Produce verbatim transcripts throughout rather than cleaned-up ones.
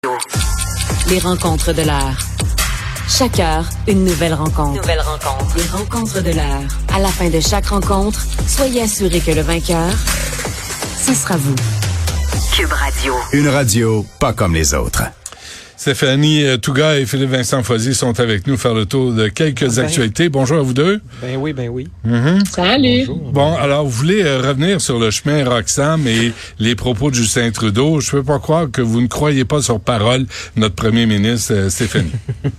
Les rencontres de l'heure. Chaque heure, une nouvelle rencontre. Nouvelle rencontre. Les rencontres de l'heure. À la fin de chaque rencontre, soyez assurés que le vainqueur, ce sera vous. Cube Radio. Une radio pas comme les autres. Stéphanie Touga et Philippe Vincent Foisy sont avec nous faire le tour de quelques ben, actualités. Bonjour à vous deux. Ben oui, ben oui. Mm-hmm. Salut. Bonjour. Bon, alors, vous voulez euh, revenir sur le chemin Roxham et les propos de Justin Trudeau. Je peux pas croire que vous ne croyez pas sur parole notre premier ministre, euh, Stéphanie.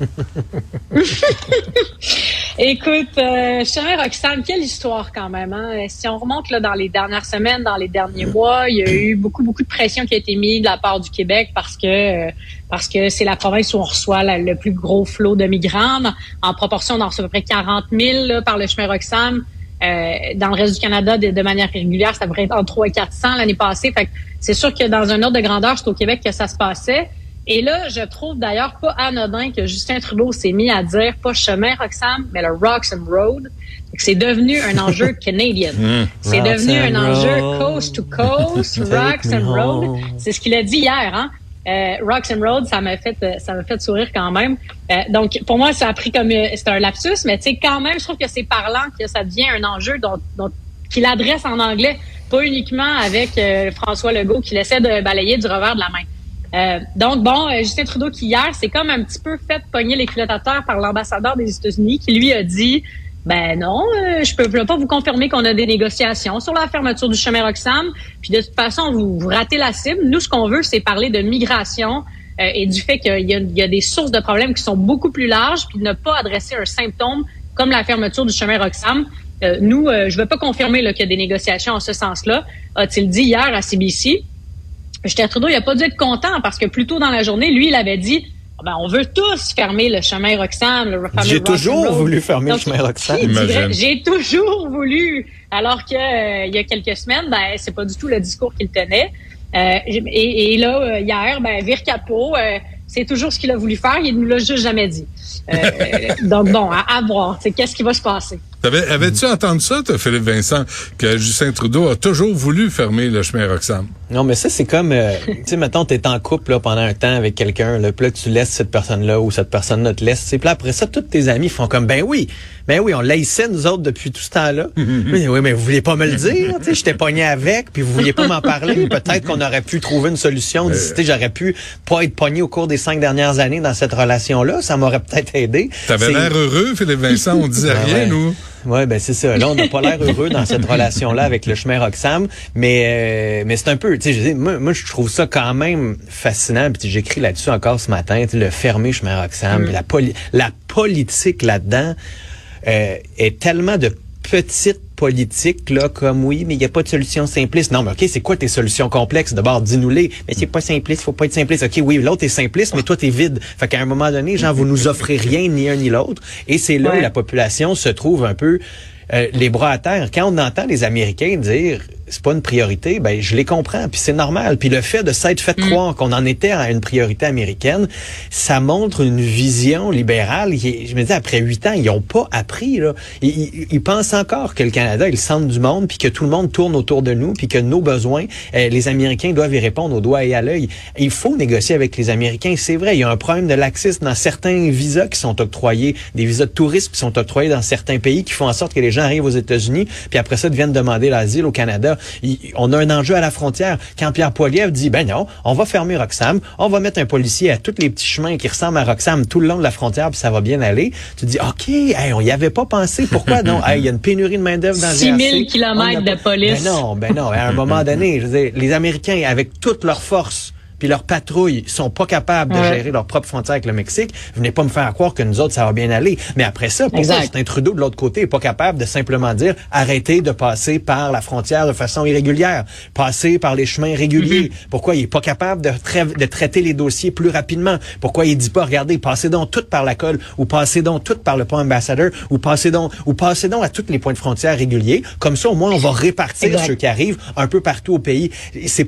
Écoute, euh, chemin Roxham, quelle histoire quand même. Hein? Si on remonte là dans les dernières semaines, dans les derniers mois, il y a eu beaucoup, beaucoup de pression qui a été mise de la part du Québec parce que... Euh, parce que c'est la province où on reçoit la, le plus gros flot de migrants. En proportion, on en reçoit à peu près quarante mille là, par le chemin Roxham. Euh, dans le reste du Canada, de, de manière régulière, ça devrait être entre trois et quatre cents l'année passée. Fait que c'est sûr que dans un ordre de grandeur, c'est au Québec que ça se passait. Et là, je trouve d'ailleurs pas anodin que Justin Trudeau s'est mis à dire pas chemin Roxham, mais le Roxham Road. C'est devenu un enjeu canadien. Mmh. C'est Roxham devenu un enjeu coast to coast, Roxham Road. C'est ce qu'il a dit hier, hein. Euh, Roxham Road, ça m'a fait, ça m'a fait sourire quand même. Euh, donc, pour moi, ça a pris comme, c'est un lapsus, mais tu sais, quand même, je trouve que c'est parlant que ça devient un enjeu dont, dont qu'il adresse en anglais, pas uniquement avec euh, François Legault qui essaie de balayer du revers de la main. Euh, donc, bon, euh, Justin Trudeau qui hier, c'est comme un petit peu fait pogner les culottes à terre par l'ambassadeur des États-Unis qui lui a dit, ben non, euh, je peux, peux pas vous confirmer qu'on a des négociations sur la fermeture du chemin Roxham. Puis de toute façon, vous, vous ratez la cible. Nous, ce qu'on veut, c'est parler de migration euh, et du fait qu'il y a, il y a des sources de problèmes qui sont beaucoup plus larges, puis ne pas adresser un symptôme comme la fermeture du chemin Roxham. Euh, nous, euh, je ne veux pas confirmer là, qu'il y a des négociations en ce sens-là, a-t-il dit hier à C B C. Justin Trudeau, il a pas dû être content parce que plus tôt dans la journée, lui, il avait dit... Ben, on veut tous fermer le chemin Roxham, le fameux J'ai toujours Road. voulu fermer Donc, le chemin Roxham. Dirait, j'ai toujours voulu. Alors que euh, il y a quelques semaines, ben c'est pas du tout le discours qu'il tenait. Euh, et, et là, euh, hier, ben vire capot, euh, c'est toujours ce qu'il a voulu faire. Il nous l'a juste jamais dit. Euh, donc bon, à, à voir. C'est qu'est-ce qui va se passer. Avais, avais-tu entendu ça, toi, Philippe Vincent, que Justin Trudeau a toujours voulu fermer le chemin Roxham? Non, mais ça, c'est comme, euh, tu sais, mettons, t'es en couple là, pendant un temps avec quelqu'un, là, puis là, tu laisses cette personne-là ou cette personne-là te laisse. Puis là, après ça, tous tes amis font comme, ben oui, ben oui, on l'haïssait, nous autres, depuis tout ce temps-là. Mais oui, mais vous vouliez pas me le dire, tu sais, j'étais pogné avec, puis vous vouliez pas m'en parler. Peut-être qu'on aurait pu trouver une solution. Euh... Tu sais, j'aurais pu pas être pogné au cours des cinq dernières années dans cette relation-là. Ça m'aurait peut-être aidé. T'avais c'est... l'air heureux, Philippe Vincent, on disait ah, rien, ouais. nous. Ouais, ben c'est ça. Là, on n'a pas l'air heureux dans cette relation-là avec le chemin Roxham, mais euh, mais c'est un peu, tu sais, je dis, moi, moi je trouve ça quand même fascinant. Puis j'écris là-dessus encore ce matin, le fermer chemin Roxham, mm. la poli- la politique là-dedans euh, est tellement de petite politique, là, comme oui, mais il n'y a pas de solution simpliste. Non, mais OK, c'est quoi tes solutions complexes? D'abord, dis-nous-les. Mais c'est pas simpliste, faut pas être simpliste. OK, oui, l'autre est simpliste, mais toi, t'es vide. Fait qu'à un moment donné, genre, vous nous offrez rien, ni un ni l'autre. Et c'est là ouais. où la population se trouve un peu euh, les bras à terre. Quand on entend les Américains dire c'est pas une priorité, ben je les comprends, puis c'est normal. Puis le fait de s'être fait mm. croire qu'on en était à une priorité américaine, ça montre une vision libérale. Qui, je me dis, après huit ans, ils ont pas appris. Là. Ils, ils, ils pensent encore que le Canada est le centre du monde, puis que tout le monde tourne autour de nous, puis que nos besoins, euh, les Américains doivent y répondre au doigt et à l'œil. Il faut négocier avec les Américains, c'est vrai. Il y a un problème de laxisme dans certains visas qui sont octroyés, des visas de tourisme qui sont octroyés dans certains pays, qui font en sorte que les gens arrivent aux États-Unis, puis après ça, deviennent demander l'asile au Canada. Il, on a un enjeu à la frontière. Quand Pierre Poilievre dit, ben non, on va fermer Roxham, on va mettre un policier à tous les petits chemins qui ressemblent à Roxham tout le long de la frontière, puis ça va bien aller. Tu dis, OK, hey, on y avait pas pensé. Pourquoi non? Hey, il y a une pénurie de main-d'œuvre dans le six mille kilomètres de police. Ben non, ben non. À un moment donné, je veux dire, les Américains, avec toute leur force, puis leurs patrouilles sont pas capables de ouais. gérer leur propre frontière avec le Mexique, venez pas me faire croire que nous autres, ça va bien aller. Mais après ça, pourquoi Justin Trudeau, de l'autre côté, est pas capable de simplement dire arrêtez de passer par la frontière de façon irrégulière, passer par les chemins réguliers. Mm-hmm. Pourquoi il est pas capable de, tra- de traiter les dossiers plus rapidement? Pourquoi il dit pas, regardez, passez donc tout par la colle, ou passez donc tout par le pont Ambassador, ou passez donc, ou passez donc à tous les points de frontière réguliers. Comme ça, au moins, on va répartir exact. Ceux qui arrivent un peu partout au pays. C'est pas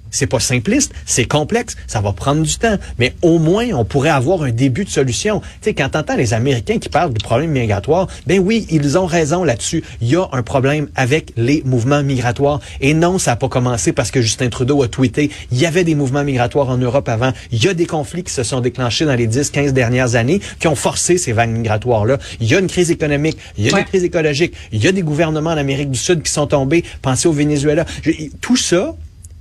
C'est pas simpliste, c'est complexe, ça va prendre du temps, mais au moins on pourrait avoir un début de solution. Tu sais, quand t'entends les Américains qui parlent du problème migratoire, ben oui, ils ont raison là-dessus. Il y a un problème avec les mouvements migratoires. Et non, ça n'a pas commencé parce que Justin Trudeau a tweeté. Il y avait des mouvements migratoires en Europe avant. Il y a des conflits qui se sont déclenchés dans les dix, quinze dernières années qui ont forcé ces vagues migratoires-là. Il y a une crise économique, il y a ouais. une crise écologique, il y a des gouvernements en Amérique du Sud qui sont tombés. Pensez au Venezuela. Je, tout ça,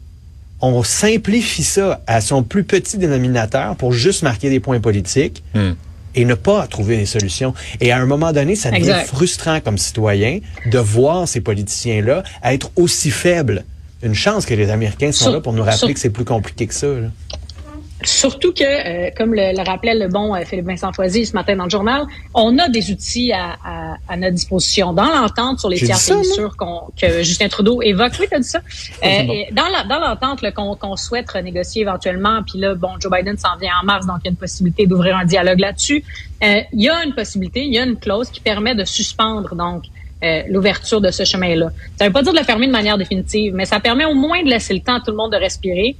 on simplifie ça à son plus petit dénominateur pour juste marquer des points politiques mm. et ne pas trouver des solutions. Et à un moment donné, ça devient exact. frustrant comme citoyen de voir ces politiciens-là être aussi faibles. Une chance que les Américains sont sur, là pour nous rappeler sur, que c'est plus compliqué que ça. Là. Surtout que, euh, comme le, le rappelait le bon euh, Philippe Vincent Foisy ce matin dans le journal, on a des outils à, à, à notre disposition. Dans l'entente sur les tiers pays sûrs qu'on, que Justin Trudeau évoque, oui, t'as dit ça. Euh, bon. et dans, la, dans l'entente là, qu'on, qu'on souhaite renégocier éventuellement, puis là, bon, Joe Biden s'en vient en mars, donc il y a une possibilité d'ouvrir un dialogue là-dessus. Euh, il y a une possibilité, il y a une clause qui permet de suspendre donc euh, l'ouverture de ce chemin-là. Ça veut pas dire de le fermer de manière définitive, mais ça permet au moins de laisser le temps à tout le monde de respirer.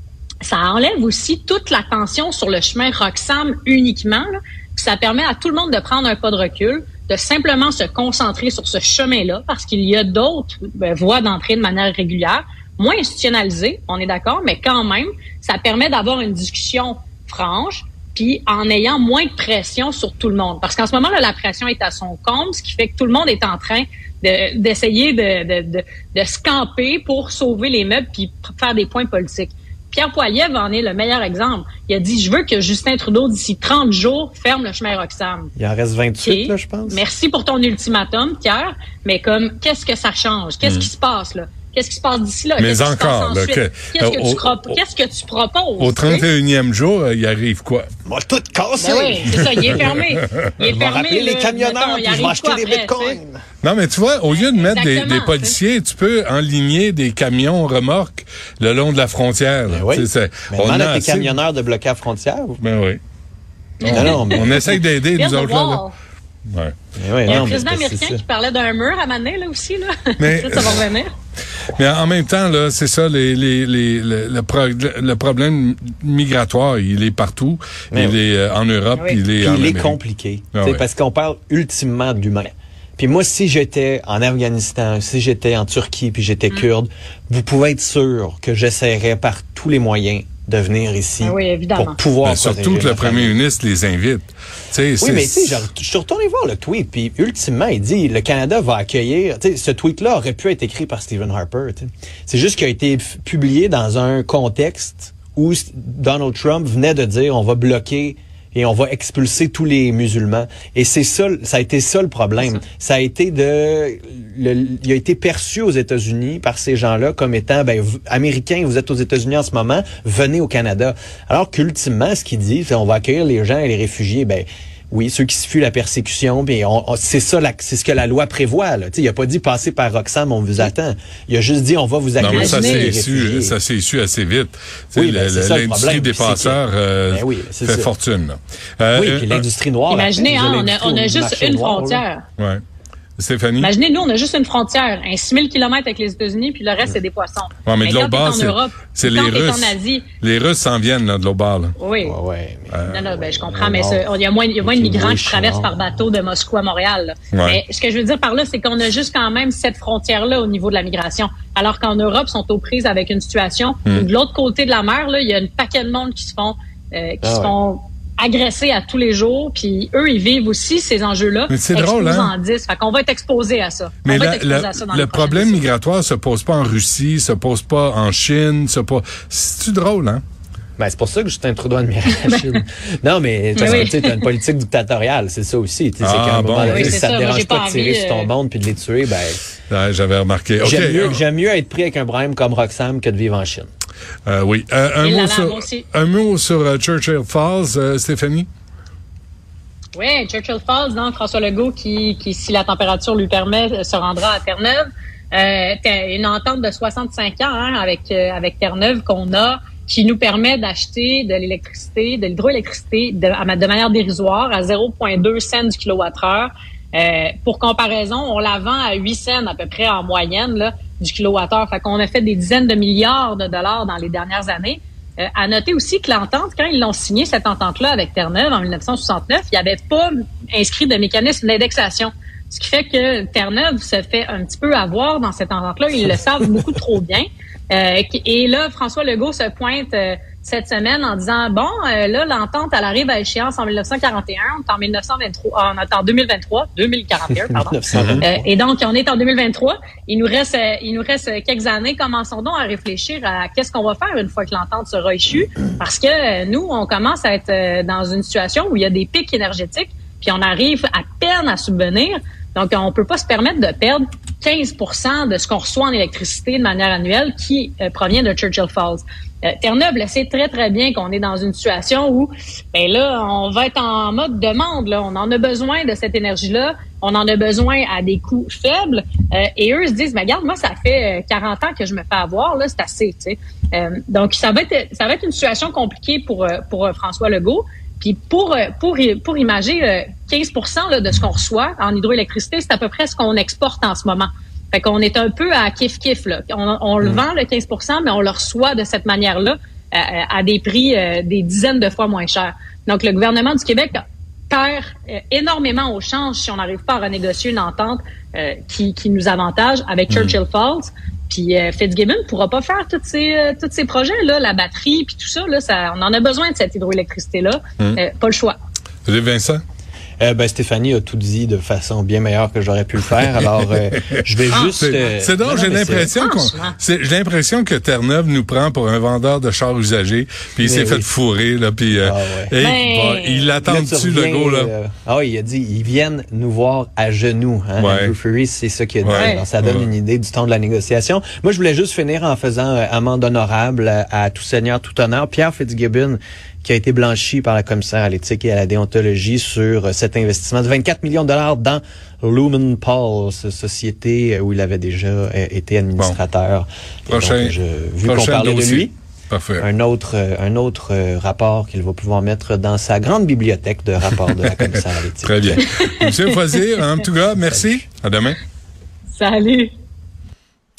Ça enlève aussi toute la tension sur le chemin Roxham uniquement, là, puis ça permet à tout le monde de prendre un pas de recul, de simplement se concentrer sur ce chemin-là, parce qu'il y a d'autres ben, voies d'entrée de manière régulière, moins institutionnalisées, on est d'accord, mais quand même, ça permet d'avoir une discussion franche, puis en ayant moins de pression sur tout le monde. Parce qu'en ce moment, là, la pression est à son comble, ce qui fait que tout le monde est en train de, d'essayer de, de, de, de se camper pour sauver les meubles puis faire des points politiques. Pierre Poilievre en est le meilleur exemple. Il a dit, je veux que Justin Trudeau, d'ici trente jours, ferme le chemin Roxham. Il en reste vingt-huit, okay. là, je pense. Merci pour ton ultimatum, Pierre. Mais comme, qu'est-ce que ça change? Qu'est-ce mmh. qui se passe, là? Qu'est-ce qui se passe d'ici là? Mais qu'est-ce encore, qui se passe là, que, qu'est-ce, que au, tu cro- qu'est-ce que tu proposes? Au trente et unième jour, euh, il arrive quoi? On va tout casser! Ben oui, c'est ça, il est fermé. Il est je fermé. Rappeler là, les camionneurs, puis je vais acheter des bitcoins. Non, mais tu vois, au lieu de mettre des, des policiers, tu peux enligner des camions remorques le long de la frontière. Ben oui. C'est, mais on a des assez... camionneurs de bloquer la frontière. Ben oui. On, non, non, mais... on essaye d'aider, nous autres, là. là. Ouais. Oui, il y a non, un président américain qui parlait d'un mur à Mané, là aussi, là. Mais, ça, ça va revenir. Mais en même temps, là, c'est ça, les, les, les, le, le, pro, le problème migratoire, il est partout. Mais il oui. est euh, en Europe, oui. il est Puis en il Amérique. est compliqué. Ah, oui. Parce qu'on parle ultimement d'humain. Puis moi, si j'étais en Afghanistan, si j'étais en Turquie, puis j'étais mm. kurde, vous pouvez être sûr que j'essaierais par tous les moyens de venir ici ah oui, pour pouvoir ben, surtout que le premier ministre les invite. T'sais, oui, c'est... mais tu sais, je suis retourné voir le tweet, puis ultimement, il dit le Canada va accueillir. Tu sais, ce tweet-là aurait pu être écrit par Stephen Harper. T'sais. C'est juste qu'il a été f- publié dans un contexte où Donald Trump venait de dire on va bloquer et on va expulser tous les musulmans. Et c'est ça, ça a été ça le problème. Ça. ça a été de, le, il a été perçu aux États-Unis par ces gens-là comme étant, ben, vous, américains, vous êtes aux États-Unis en ce moment, venez au Canada. Alors qu'ultimement, ce qu'il dit, c'est on va accueillir les gens et les réfugiés, ben, oui, ceux qui se fuient la persécution, puis on, on, c'est ça, la, c'est ce que la loi prévoit. Là. Il a pas dit passer par Roxham, on vous attend. Il a juste dit on va vous accueillir. Non, mais ça s'est su, ça s'est su assez vite. Oui, ben, le, ça, l'industrie des passeurs euh, ben oui, fait ça. fortune. Là. Euh, oui, puis l'industrie noire. Imaginez, hein, on a, on a juste une noir, frontière. Oui. Ouais. Stéphanie? Imaginez, nous, on a juste une frontière, un six mille kilomètres avec les États-Unis, puis le reste, c'est des poissons. Ouais, mais, mais de l'autre bord, c'est, Europe, c'est les Russes. En Asie, les Russes s'en viennent, là, de l'autre bord, là. Oui. Ouais, ouais, mais, euh, non, non, ben, je comprends, mais il y a moins, il y a moins de migrants qui traversent par bateau de Moscou à Montréal, là. Ouais. Mais ce que je veux dire par là, c'est qu'on a juste quand même cette frontière-là au niveau de la migration. Alors qu'en Europe, ils sont aux prises avec une situation hmm. où de l'autre côté de la mer, là, il y a un paquet de monde qui se font, euh, qui ah, se font, ouais. agressés à tous les jours, puis eux, ils vivent aussi ces enjeux-là. Mais c'est drôle, hein? en dix. Fait qu'on va être exposé à ça. Mais on va la, être exposé la, à ça dans le problème décisions. migratoire se pose pas en Russie, se pose pas en Chine, se pose... C'est-tu drôle, hein? Ben, c'est pour ça que Justin Trudeau admire la Chine. Non, mais, parce oui. que, tu sais, t'as une politique dictatoriale, c'est ça aussi. Tu sais, ah, c'est qu'à un bon, moment donné, oui, si ça, ça te dérange pas de tirer envie, sur ton monde puis de les tuer, ben. Ouais, j'avais remarqué. Okay. J'aime mieux, j'aime mieux être pris avec un problème comme Roxham que de vivre en Chine. Euh, oui. Euh, un, mot sur, un mot sur uh, Churchill Falls, uh, Stéphanie? Oui, Churchill Falls, donc François Legault qui, qui, si la température lui permet, se rendra à Terre-Neuve. Euh, une entente de soixante-cinq ans hein, avec euh, avec Terre-Neuve qu'on a, qui nous permet d'acheter de l'électricité, de l'hydroélectricité de, de manière dérisoire à zéro virgule deux cents du kilowattheure. Euh, pour comparaison, on la vend à huit cents à peu près en moyenne là, du kilowattheure. Fait qu'on a fait des dizaines de milliards de dollars dans les dernières années. Euh, à noter aussi que l'entente, quand ils l'ont signé, cette entente-là avec Terre-Neuve en dix-neuf cent soixante-neuf, il n'y avait pas inscrit de mécanisme d'indexation. Ce qui fait que Terre-Neuve se fait un petit peu avoir dans cette entente-là. Ils le savent beaucoup trop bien. Euh, et là, François Legault se pointe euh, cette semaine en disant, bon, euh, là, l'entente, elle arrive à échéance en dix-neuf cent quarante et un, on est en mille neuf cent vingt-trois, on est en deux mille vingt-trois, deux mille quarante et un, pardon. euh, et donc, on est en deux mille vingt-trois. Il nous reste, euh, il nous reste quelques années. Commençons donc à réfléchir à qu'est-ce qu'on va faire une fois que l'entente sera échue. Parce que euh, nous, on commence à être euh, dans une situation où il y a des pics énergétiques, puis on arrive à peine à subvenir. Donc, on peut pas se permettre de perdre quinze pour cent de ce qu'on reçoit en électricité de manière annuelle qui euh, provient de Churchill Falls. Euh, Terre-Neuve le sait très, très bien qu'on est dans une situation où, ben là, on va être en mode demande, là. On en a besoin de cette énergie-là. On en a besoin à des coûts faibles. Euh, et eux se disent, ben regarde, moi, ça fait quarante ans que je me fais avoir, là, c'est assez, tu sais. Euh, donc, ça va être, ça va être une situation compliquée pour, pour François Legault. Puis pour pour pour imager quinze pour cent là, de ce qu'on reçoit en hydroélectricité, c'est à peu près ce qu'on exporte en ce moment. Fait qu'on est un peu à kiff-kiff, là. On, on le vend, le quinze pour cent, mais on le reçoit de cette manière-là à, à des prix euh, des dizaines de fois moins chers. Donc, le gouvernement du Québec perd euh, énormément au change si on n'arrive pas à renégocier une entente euh, qui, qui nous avantage avec mmh. Churchill Falls. Puis euh, Fitzgibbon ne pourra pas faire tous ces euh, tous ces projets-là, la batterie, puis tout ça, là, ça, on en a besoin de cette hydroélectricité-là. Mmh. Euh, pas le choix. Philippe Vincent? Euh, ben, Stéphanie a tout dit de façon bien meilleure que j'aurais pu le faire. Alors, euh, je vais juste... C'est, euh, c'est donc, j'ai l'impression qu'on, c'est, j'ai l'impression que Terre-Neuve nous prend pour un vendeur de chars usagés, puis il s'est oui. fait fourrer, là, puis euh, ah ouais. hey, bon, il attend dessus, le gars, là. Euh, ah oui, il a dit, ils viennent nous voir à genoux. Hein, ouais. Andrew Furey, c'est ça qu'il a dit. Ouais. Alors, ça donne ouais. une idée du temps de la négociation. Moi, je voulais juste finir en faisant euh, amende honorable à, à tout seigneur, tout honneur. Pierre Fitzgibbon, qui a été blanchi par la commissaire à l'éthique et à la déontologie sur cet investissement de vingt-quatre millions de dollars dans Lumen Pulse, société où il avait déjà été administrateur. Bon. Prochain, donc, je, vu qu'on parlait dossier. de lui, Parfait. un autre un autre rapport qu'il va pouvoir mettre dans sa grande bibliothèque de rapports de la commissaire à l'éthique. Très bien. Monsieur Foisy, en tout cas, merci. À demain. Salut.